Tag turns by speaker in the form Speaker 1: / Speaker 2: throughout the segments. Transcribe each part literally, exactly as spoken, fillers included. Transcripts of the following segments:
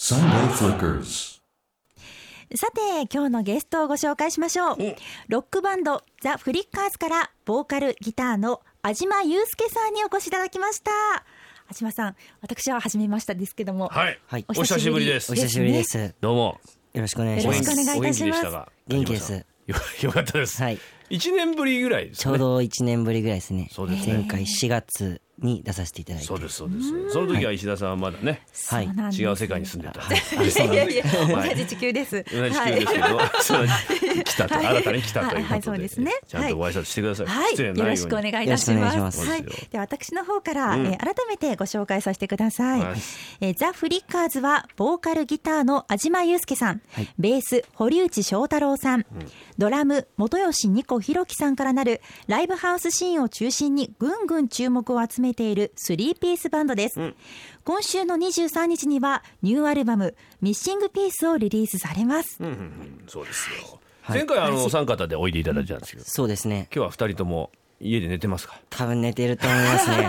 Speaker 1: Sunday Flickers。
Speaker 2: さて今日のゲストをご紹介しましょう。ロックバンドザ・フリッカーズからボーカルギターの安嶋祐介さんにお越しいただきました。安嶋さん、私は初めましたですけども、
Speaker 3: はい、
Speaker 4: はい、
Speaker 3: お久しぶりです。
Speaker 4: お久しぶりです。
Speaker 3: どうも
Speaker 4: よろしくお願いします。
Speaker 2: よろしくお願いいたします。
Speaker 3: お元気でしたか？
Speaker 4: 元気です。
Speaker 3: よ, よかったです。
Speaker 4: はい。
Speaker 3: いちねんぶりぐらいですね。
Speaker 4: ちょうどいちねんぶりぐらいですね。
Speaker 3: そうですね。
Speaker 4: 前回しがつに出させていただいて。
Speaker 3: そうですそうです。その時は石田さんはまだね、
Speaker 4: はい、
Speaker 3: 違う世界に住んでた。
Speaker 2: いやいや同じ地球です。
Speaker 3: 同じ地球ですけど、その来たと、新たに来たということで、ちゃんとご挨拶してください。
Speaker 2: はい、よろしくお願いいたします。はい、で私の方から、えー、改めてご紹介させてください。えー、ザ・フリッカーズはボーカルギターの安嶋祐介さん、はい、ベース堀内翔太郎さん、うん、ドラム元吉ニコひろきさんからなるライブハウスシーンを中心にぐんぐん注目を集めているスリーピースバンドです。うん、今週のにじゅうさんにちにはニューアルバムミッシングピースをリリースされます。
Speaker 3: うんうんうん、そうですよ。はい、前回あのお三方でおいでいただいたんですけど、うん、
Speaker 4: そうですね。
Speaker 3: 今日は二人とも家で寝てますか？
Speaker 4: 多分寝てると思いますね。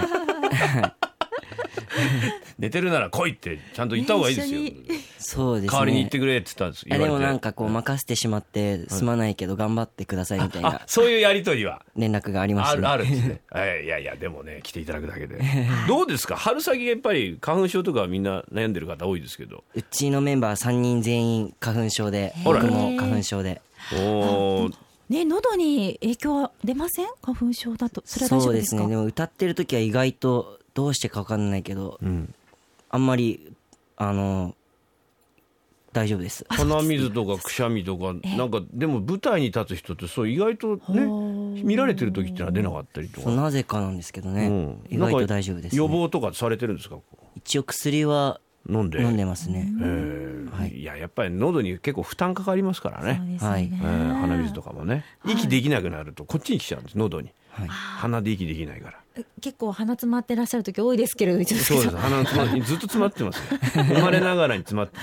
Speaker 3: 寝てるなら来いってちゃんと言った方がいいですよ。
Speaker 4: そうですね。
Speaker 3: 代わりに言ってくれって言ったんです。
Speaker 4: いやでもなんかこう任せてしまってすまないけど頑張ってくださいみたいな、
Speaker 3: そういうやりとりは
Speaker 4: 連絡がありましたね。
Speaker 3: ある、あるんですね。いやいやでもね来ていただくだけでどうですか？春先やっぱり花粉症とかみんな悩んでる方多いですけど、
Speaker 4: うちのメンバーさんにん全員花粉症で、僕も花粉症で。
Speaker 2: おね、喉に影響は出ません？花粉症だと。それは大丈夫ですか？
Speaker 4: そうですね。でも歌ってる時は意外とどうしてか分かんないけど、うん、あんまりあの大丈夫です。
Speaker 3: 鼻水とかくしゃみとかなんか、でも舞台に立つ人ってそう意外とね見られてる時ってのは出なかったりとか、
Speaker 4: なぜかなんですけどね、うん、意外と大丈夫です、ね、
Speaker 3: 予防とかされてるんですか？
Speaker 4: 一応薬は飲んで飲んでますね。
Speaker 3: えーはい、いややっぱり喉に結構負担かかりますからね。
Speaker 2: そうですね、
Speaker 3: はい、えー、鼻水とかもね、息できなくなるとこっちに来ちゃうんです、喉に、はい、鼻で息できないから。
Speaker 2: 結構鼻詰まってらっしゃる時多いですけれど。
Speaker 3: そうです、鼻の詰まずっと詰まってますね。生まれながらに詰まって、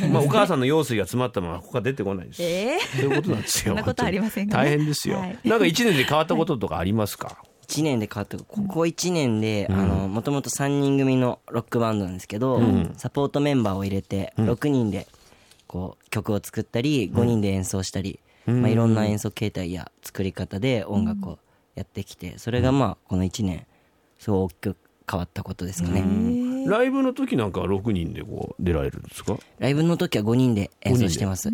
Speaker 3: まあ、お母さんの羊水が詰まったままここから出てこないです、えー、そういうことなんですよ。
Speaker 2: そんなことありませんかね。
Speaker 3: 大変ですよ、はい、なんかいちねんで変わったこととかありますか？はい、
Speaker 4: いちねんで変わったここいちねんで、うん、あのもともとさんにん組のロックバンドなんですけど、うん、サポートメンバーを入れてろくにんでこう曲を作ったりごにんで演奏したり、うん、まあ、いろんな演奏形態や作り方で音楽をやってきて、それがまあこのいちねんすごい大きく変わったことですかね。
Speaker 3: ライブの時なんかはろくにんでこう出られるんですか？
Speaker 4: ライブの時はごにんで演奏してます。うん、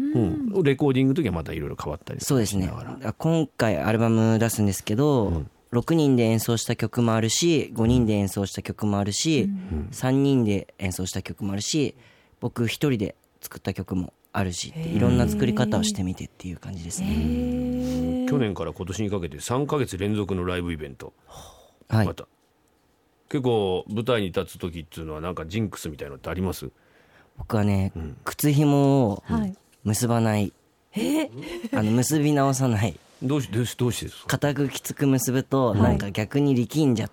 Speaker 3: レコーディングの時はまたいろいろ変わったり。
Speaker 4: そうですね。今回アルバム出すんですけど、うん、ろくにんで演奏した曲もあるしごにんで演奏した曲もあるし、うん、さんにんで演奏した曲もあるし僕ひとりで作った曲もあるしって、いろんな作り方をしてみてっていう感じですね。
Speaker 3: 去年から今年にかけてさんかげつ連続のライブイベント、
Speaker 4: はい、
Speaker 3: また結構舞台に立つ時っていうのはなんかジンクスみたいのってあります？
Speaker 4: 僕はね、うん、靴紐を結ばない、はい、あの結び直さない。
Speaker 3: どうし、どうし、どうしてですか？
Speaker 4: 固くきつく結ぶとなんか逆に力んじゃって、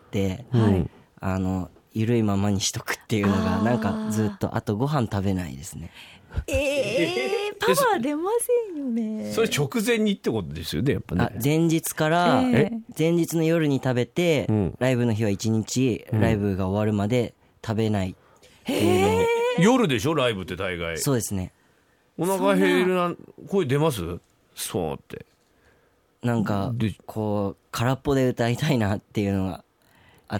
Speaker 4: はい、あの緩いままにしとくっていうのがなんかずっと。あとご飯食べないですね。
Speaker 2: えー、パワー出ませんよね。
Speaker 3: それ直前にってことですよね、やっぱね。
Speaker 4: あ、前日から、え前日の夜に食べて、うん、ライブの日はいちにち、うん、ライブが終わるまで食べないっていうのを。
Speaker 3: 夜でしょライブって大概。
Speaker 4: そうですね。
Speaker 3: お腹減るな、声出ます？そうって
Speaker 4: なんかこう空っぽで歌いたいなっていうのがあって、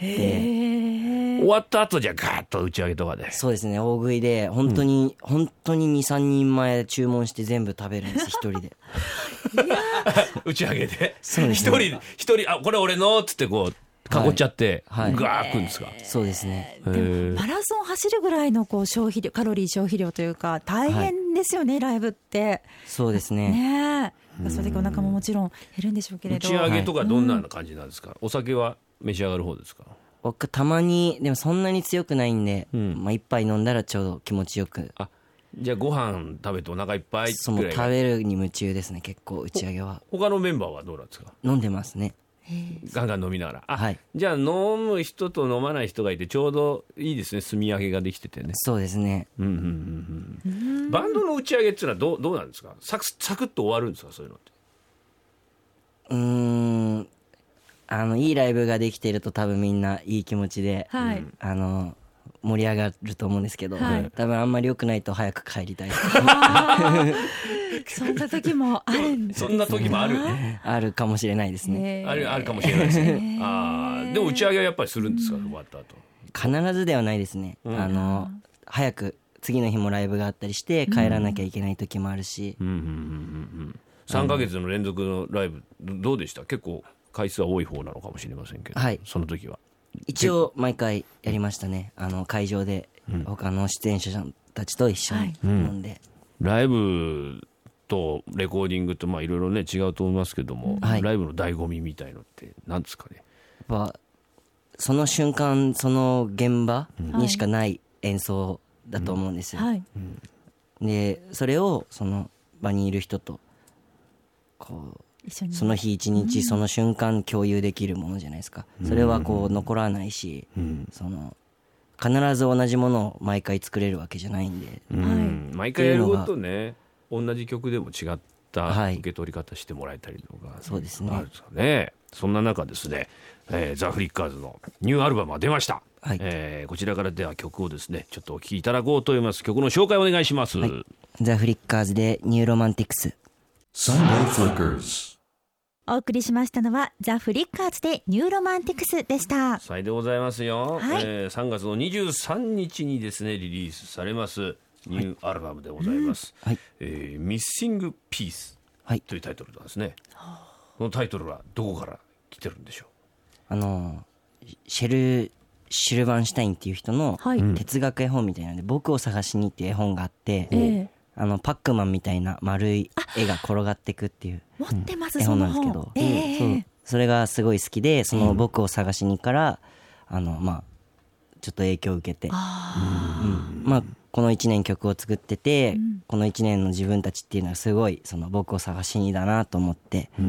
Speaker 3: 終わった後じゃガーッと打ち上げとかで。
Speaker 4: そうですね、大食いで本当に、うん、本当に にさんにんまえ注文して全部食べるんです一人で。
Speaker 3: 打ち上げで
Speaker 4: そうですね、
Speaker 3: 一人一人あこれ俺のっつってこう囲っちゃって、はい、ガーッくんですか？
Speaker 4: そうですね。
Speaker 2: でもマラソン走るぐらいのこう消費量カロリー消費量というか大変ですよね、はい、ライブって。
Speaker 4: そうですね。
Speaker 2: ねえ、それでお腹ももちろん減るんでしょうけれど。
Speaker 3: 打ち上げとかどんな感じなんですか？はい、お酒は召し上がる方ですか？
Speaker 4: 僕たまに、でもそんなに強くないんで、うん、まあ一杯飲んだらちょうど気持ちよく。
Speaker 3: あ、じゃあご飯食べてお腹いっぱい
Speaker 4: そう、もう食べるに夢中ですね結構打ち上げは。
Speaker 3: 他のメンバーはどうなんですか？
Speaker 4: 飲んでますね。
Speaker 3: ガンガン飲みながら。あ、
Speaker 4: はい、
Speaker 3: じゃあ飲む人と飲まない人がいてちょうどいいですね、炭焼けができててね。
Speaker 4: そうですね、
Speaker 3: うんうんうんうん、バンドの打ち上げっていうのはどう、どうなんですか？サクサクッと終わるんですか？そういうのって。
Speaker 4: うーん、あのいいライブができてると多分みんないい気持ちで、はい、あの盛り上がると思うんですけど、はい、多分あんまり良くないと早く帰りたい
Speaker 2: そんな時もあるんです、ね、
Speaker 3: そんな時もある
Speaker 4: あるかもしれないですね。
Speaker 3: ある、あるかもしれないですね。あでも打ち上げはやっぱりするんですか、終わった後。
Speaker 4: 必ずではないですね、うん、あの早く次の日もライブがあったりして帰らなきゃいけない時もあるし、うんうんうんうん、
Speaker 3: さんかげつの連続のライブどうでした？結構回数は多い方なのかもしれませんけど、はい、その時は
Speaker 4: 一応毎回やりましたね。あの会場で他の出演者さんたちと一緒に飲んで、
Speaker 3: うん、ライブとレコーディングとまあいろいろね違うと思いますけども、はい、ライブの醍醐味みたいのって何ですかね？
Speaker 4: やっぱその瞬間その現場にしかない演奏だと思うんですよ、うんはい、でそれをその場にいる人とこうその日一日その瞬間共有できるものじゃないですか。それはこう残らないし、うん、その必ず同じものを毎回作れるわけじゃないんで、
Speaker 3: うん、毎回やることね同じ曲でも違った受け取り方してもらえたりとか、はい、
Speaker 4: そうですね、
Speaker 3: あるんですかね。そんな中ですね、えー、ザ・フリッカーズのニューアルバムが出ました、はい、えー、こちらからでは曲をですねちょっとお聴きいただこうと思います。曲の紹介をお願いします、はい、
Speaker 4: ザ・フリッカーズでニューロマンティクス。
Speaker 2: サンデーフリッカーズお送りしましたのはザ・フリッカーズでニューロマンティクスでした。
Speaker 3: さいでございますよ、はい、えー、さんがつのにじゅうさんにちにですねリリースされますニューアルバムでございます、はい、えー、ミッシングピースというタイトルなんですね、はい、このタイトルはどこから来てるんでしょう？
Speaker 4: あのシェル・シルバンシュタインっていう人の哲学絵本みたいなんで、僕を探しにっていう絵本があって、えー、あのパックマンみたいな丸い絵が転がってくっていう絵本なんですけど、えー、そう、それがすごい好きで、その僕を探しにからあのまあちょっと影響を受けて、あ、うん、まあこのいちねん曲を作ってて、うん、このいちねんの自分たちっていうのはすごいその僕を探しにだなと思って、うん、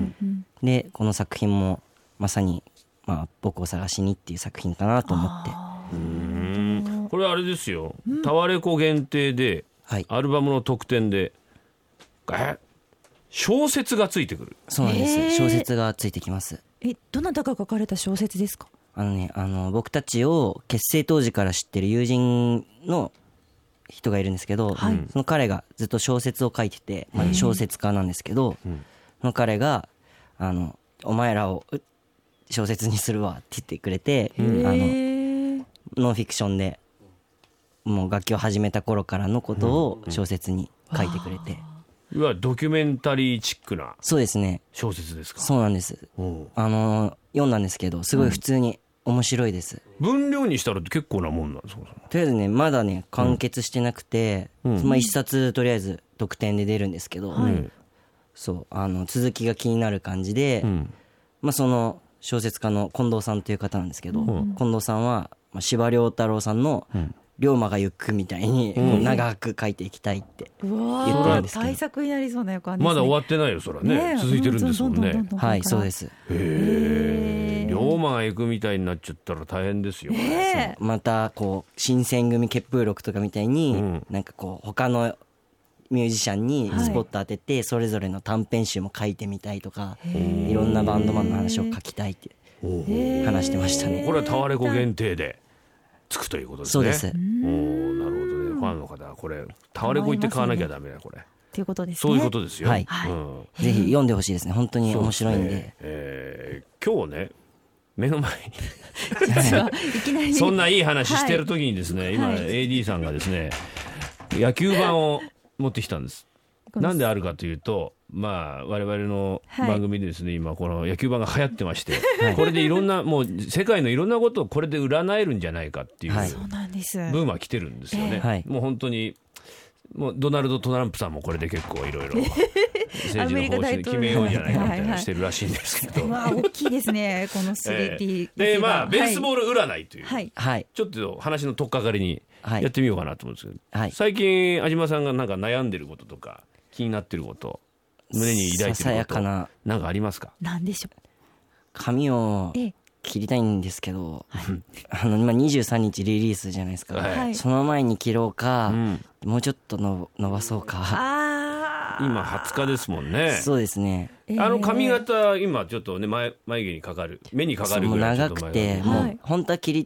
Speaker 4: でこの作品もまさに、まあ、僕を探しにっていう作品かなと思って。
Speaker 3: うーん、これあれですよ、うん、タワレコ限定で、はい、アルバムの特典でえ小説がついてくる。
Speaker 4: そうなんです、えー、小説がついてきます。
Speaker 2: え、どなたが書かれた小説ですか？
Speaker 4: あのね、あの僕たちを結成当時から知ってる友人の人がいるんですけど、はい、その彼がずっと小説を書いてて、まあ、小説家なんですけど、うん、その彼があのお前らを小説にするわって言ってくれて、あのノンフィクションでもう楽器を始めた頃からのことを小説に書いてくれて、
Speaker 3: いわゆるドキュメンタリーチックな
Speaker 4: そうですね
Speaker 3: 小説ですか？
Speaker 4: そうなんです。あの読んだんですけどすごい普通に面白いです、
Speaker 3: うん、分量にしたら結構なもんなんですか？
Speaker 4: とりあえずねまだね完結してなくて、うん、まあ、一冊とりあえず特典で出るんですけど、うん、そうあの続きが気になる感じで、うん、まあ、その小説家の近藤さんという方なんですけど、うん、近藤さんは、まあ、司馬遼太郎さんの龍馬が行くみたいに、うん、長く書いていきたいって言ってるんですけど、
Speaker 2: 大作になりそうな予感です
Speaker 3: ね。まだ終わってないよそれは ね, ね続いてるんですもんね。
Speaker 4: はい、そうです。へ
Speaker 3: え、龍馬が行くみたいになっちゃったら大変ですよ、
Speaker 4: ね、またこう新選組血風録とかみたいに、うん、なんかこう他のミュージシャンにスポット当てて、はい、それぞれの短編集も書いてみたいとか、いろんなバンドマンの話を書きたいって話してましたね。
Speaker 3: これはタワレコ限定でつくということですね。
Speaker 4: そうです。お、
Speaker 3: なるほどね。ファンの方はこれタワレコ行って買わなきゃダメだこれ
Speaker 2: ということですね。
Speaker 3: そういうことですよ、はい、
Speaker 4: うん、ぜひ読んでほしいですね。本当に面白いんで、ね、
Speaker 3: えー、今日ね目の前にいきなりそんないい話してる時にですね、はい、今 エーディー さんがですね野球盤を持ってきたんです。なんであるかというと、まあ我々の番組でですね、はい、今この野球盤が流行ってまして、はい、これでいろんなもう世界のいろんなことをこれで占えるんじゃないかっていう、はい、ブームは来てるんですよね、はい、もう本当にもうドナルド・トランプさんもこれで結構いろいろ政治の方針決めようじゃないかみたいなしてるらしいんですけど、
Speaker 2: まあ大きいですねこの スリーピー、
Speaker 3: えー、でまあベースボール占いという、
Speaker 2: はい、
Speaker 3: ちょっと話の取っかかりにやってみようかなと思うんですけど、
Speaker 4: はい、
Speaker 3: 最近安島さんがなんか悩んでることとか気になってること、胸に抱いてることなんかありますか？
Speaker 2: なんでしょう。
Speaker 4: 髪を切りたいんですけど、はい、あの今にじゅうさんにちリリースじゃないですか、はい、その前に切ろうか、うん、もうちょっとの伸ばそうか。
Speaker 2: あ
Speaker 3: 今はつかですもんね。
Speaker 4: そうですね。
Speaker 3: あの髪型今ちょっとね 前, 眉毛にかかる目にかかるぐらい
Speaker 4: 長くて、もう本当は切り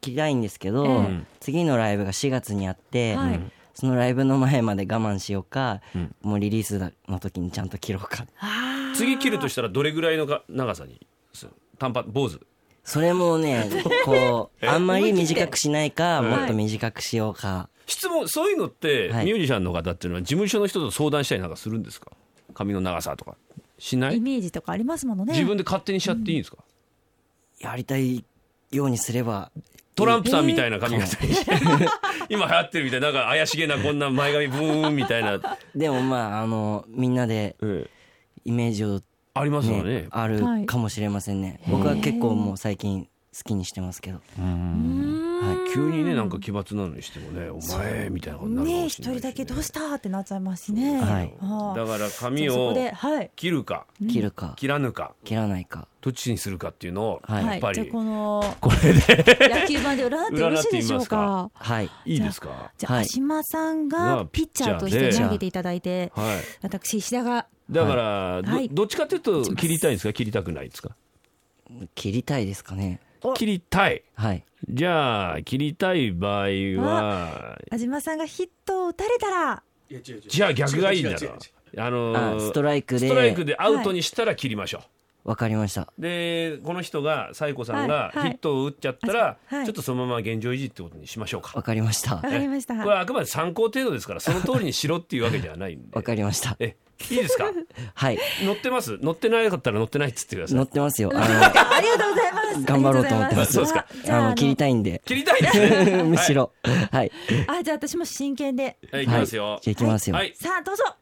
Speaker 4: 切りたいんですけど、
Speaker 2: ええ
Speaker 4: 次のライブがしがつにあって、
Speaker 2: はい
Speaker 4: そのライブの前まで我慢しようか、
Speaker 3: うん
Speaker 4: もうリリースの時にちゃんと切ろうか。
Speaker 2: あー
Speaker 3: 次切るとしたらどれぐらいのが長さにする？短パン坊主？
Speaker 4: それもねこうあんまり
Speaker 2: 思い切って
Speaker 4: 短くしないか、
Speaker 3: うん
Speaker 4: もっと短くしようか。
Speaker 3: 質問、そういうのって
Speaker 4: はい
Speaker 3: ミュージシャンの方っていうのは事務所の人と相談したりなんかするんですか？髪の長さとかしない？
Speaker 2: イメージとかありますものね。
Speaker 3: 自分で勝手にしちゃっていいんですか？
Speaker 4: やりたいようにすれば。
Speaker 3: トランプさんみたいな髪型にして、今流行ってるみたいな、なんか怪しげなこんな前髪ブーンみたいな、
Speaker 4: でもまああのみんなで
Speaker 3: ええ
Speaker 4: イメージを、
Speaker 3: ありますよ
Speaker 4: ね
Speaker 3: ね。
Speaker 4: あるかもしれませんね。僕は結構もう最近好きにしてますけど。
Speaker 3: 急にねなんか奇抜なのにしてもね、お前みたいなことになるか
Speaker 2: ね
Speaker 3: もしれないしね。
Speaker 2: 一人だけどうしたってなっちゃいますしね。
Speaker 4: はい
Speaker 2: あー
Speaker 3: だから髪を
Speaker 2: じゃあそこではい
Speaker 3: 切るか
Speaker 4: 切るか
Speaker 3: 切らぬか
Speaker 4: 切らないか。
Speaker 3: どっちにするかっていうのを
Speaker 4: はい
Speaker 3: やっぱ
Speaker 2: じゃあ
Speaker 3: り
Speaker 2: この
Speaker 3: これで
Speaker 2: 野球盤で占ってよろしいでしょうか。
Speaker 4: はい。
Speaker 3: いいですか？
Speaker 2: じゃあ
Speaker 4: はい
Speaker 2: 足間さん
Speaker 3: が
Speaker 2: がピッチャーとして投げていただいて、
Speaker 3: はい。
Speaker 2: 私石田が
Speaker 3: だから
Speaker 2: はい
Speaker 3: どどっちかというと切りたいんですか？切りたくないですか？
Speaker 4: 切りたいですかね。
Speaker 3: 切りたい。
Speaker 4: はい。
Speaker 3: じゃあ切りたい場合は
Speaker 2: 安島さんがヒットを打たれたら
Speaker 3: じゃあ逆がいいんだろう。あのー
Speaker 4: あストライクで
Speaker 3: ストライクでアウトにしたら切りましょう。
Speaker 4: わかりました。
Speaker 3: でこの人がサイコさんが
Speaker 2: はいはい
Speaker 3: ヒットを打っちゃったら、
Speaker 2: はい
Speaker 3: ちょっとそのまま現状維持ってことにしましょうか。
Speaker 4: わかりました。
Speaker 2: わかりました。
Speaker 3: これはあくまで参考程度ですから、その通りにしろっていうわけじゃないんで。
Speaker 4: わかりました。
Speaker 3: えいいですか？
Speaker 4: はい。
Speaker 3: 乗ってます？乗ってなかったら乗ってないっつってください。
Speaker 4: 乗ってますよ。あ
Speaker 2: ありがとうございます。
Speaker 4: の頑張ろうと思ってます。
Speaker 3: そうですか。
Speaker 2: じゃあ
Speaker 4: あの切りたいんで。
Speaker 3: 切りたいですね。
Speaker 4: むしろ。はい。
Speaker 2: あじゃあ私も真剣で
Speaker 3: はい、はい、いきますよ。
Speaker 4: じゃあ行きますよ。
Speaker 3: はい、
Speaker 2: さあどうぞ。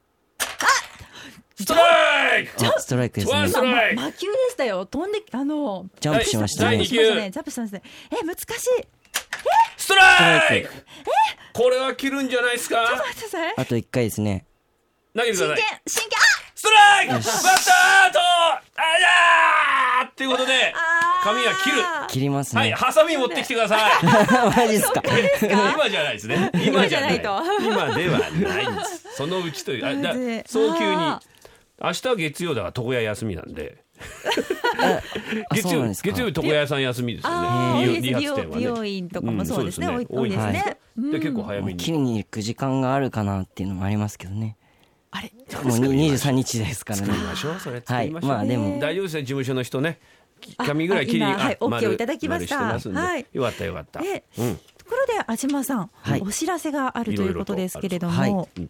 Speaker 3: ストライク。
Speaker 4: あストライクですね
Speaker 3: ワンス。トライク。
Speaker 2: 魔球でしたよ。飛んであの
Speaker 4: ジャンプしましたね
Speaker 3: はい第。
Speaker 2: しましたね。ジャンプしたんですね。え難しい。
Speaker 3: ストライ
Speaker 4: ストライ
Speaker 3: ク。これは切るんじゃないですか？
Speaker 2: 待ってください。
Speaker 4: あと一回ですね。
Speaker 3: 投げてください。
Speaker 2: 真剣真剣。
Speaker 3: ストライク。バッターアウト。あらーっていうことで
Speaker 2: あー
Speaker 3: 髪は切る。
Speaker 4: 切ります
Speaker 3: はい、
Speaker 4: ね。
Speaker 3: ハサミ持ってきてください。
Speaker 4: マジですか。
Speaker 3: 今じゃないですね。今じゃない。
Speaker 2: 今
Speaker 3: 今ではないんです。そのうちという、あだ早急に
Speaker 2: あ。
Speaker 3: 明日は月曜だから床屋休みなんで。
Speaker 4: あ
Speaker 3: 月曜
Speaker 4: そうなんですか。
Speaker 3: 月曜日床屋屋さん休みですよ
Speaker 2: あ
Speaker 3: ね。
Speaker 2: ー
Speaker 3: 理容理髪店は
Speaker 2: 美容美容
Speaker 3: ね。
Speaker 2: 院とかもそうですね。
Speaker 3: うん
Speaker 2: 多い
Speaker 3: そうですね
Speaker 2: 多いですね。うん
Speaker 3: で結構早め
Speaker 4: 切
Speaker 3: に。
Speaker 4: りに行く時間があるかなっていうのもありますけどね。
Speaker 2: あれ
Speaker 4: もうににじゅうさんにちですからね
Speaker 3: 作。りましょう。それ作りましょう。
Speaker 4: はいまあでも
Speaker 3: 大丈夫ですね。事務所の人ね。髪ぐらい切り
Speaker 2: あ今はい
Speaker 3: あ
Speaker 2: OK
Speaker 3: 丸
Speaker 2: をいただきました
Speaker 3: 丸してますんで
Speaker 2: はい
Speaker 3: よかったよかった。
Speaker 2: え
Speaker 3: うん。
Speaker 2: ところで安島さん、
Speaker 4: はい
Speaker 2: お知らせがあるということですけれども、
Speaker 4: いろいろと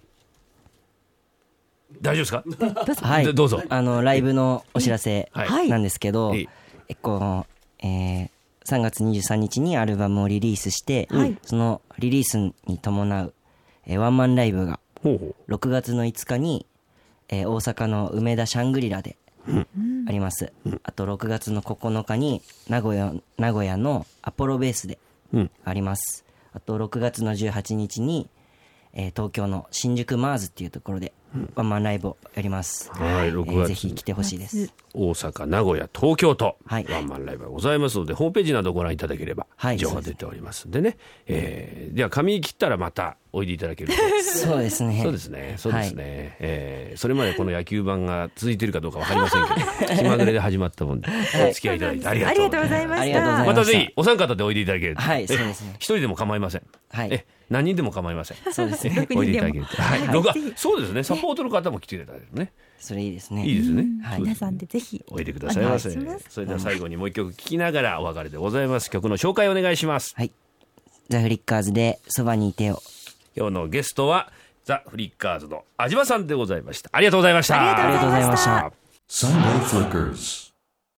Speaker 3: 大丈夫ですか？
Speaker 2: どうぞ
Speaker 4: はい。
Speaker 3: どうぞ
Speaker 4: あのライブのお知らせ
Speaker 3: はい
Speaker 4: なんですけど、
Speaker 3: はい
Speaker 4: えこのえーさんがつにじゅうさんにちにアルバムをリリースして、
Speaker 2: はい
Speaker 4: そのリリースに伴う、えーワンマンライブが
Speaker 3: ほうほう。
Speaker 4: ろくがつのいつかに、えー大阪の梅田シャングリラであります、あとろくがつのここのかに名古屋名古屋のアポロベースで
Speaker 3: うん。
Speaker 4: あります、あとろくがつのじゅうはちにちに、えー東京の新宿マーズっていうところでワンマンライブをやります、
Speaker 3: はい、ろく
Speaker 4: えー
Speaker 3: がつ
Speaker 4: ぜひ来てほしいです。
Speaker 3: 大阪、名古屋、東京と
Speaker 4: はい
Speaker 3: ワンマンライブがございますので、ホームページなどご覧いただければ
Speaker 4: はい
Speaker 3: 情報が出ておりますんでね、えーでは髪切ったらまたおいでいただけると
Speaker 4: そうですね。
Speaker 3: そうですねそうですね、えーそれまでこの野球盤が続いているかどうか分かりませんけど気まぐれで始まったもんでお付き合いいただいてありがとうございます。
Speaker 2: ざいま
Speaker 4: ありがとうござい
Speaker 3: ま
Speaker 4: ます
Speaker 3: たぜひお三方でおいでいただけると、
Speaker 4: はい
Speaker 3: え
Speaker 4: そうですね
Speaker 3: 一人でも構いません、
Speaker 4: はい
Speaker 3: え何人でも構いません、
Speaker 4: そうですね。
Speaker 2: ろくにんでも
Speaker 3: おいでいただけると、はい
Speaker 2: はい
Speaker 3: 録画
Speaker 2: ぜひ
Speaker 3: そうですね、サポートの方も来ていただけるね、
Speaker 4: それいいですね。
Speaker 3: いいですね、
Speaker 4: はい
Speaker 2: 皆さんでぜひ
Speaker 3: おいでくださいませ。
Speaker 2: お願いします
Speaker 3: それでは最後にもう一曲聴きながらお別れでございます。曲の紹介をお願いします。
Speaker 4: はい。ザ・フリッカーズでそばにいてよ。
Speaker 3: 今日のゲストはザ・フリッカーズの安島さんでございました。ありがとうございました。
Speaker 2: ありがとうございました
Speaker 4: ありがとうございました。
Speaker 1: Sunday Flickers.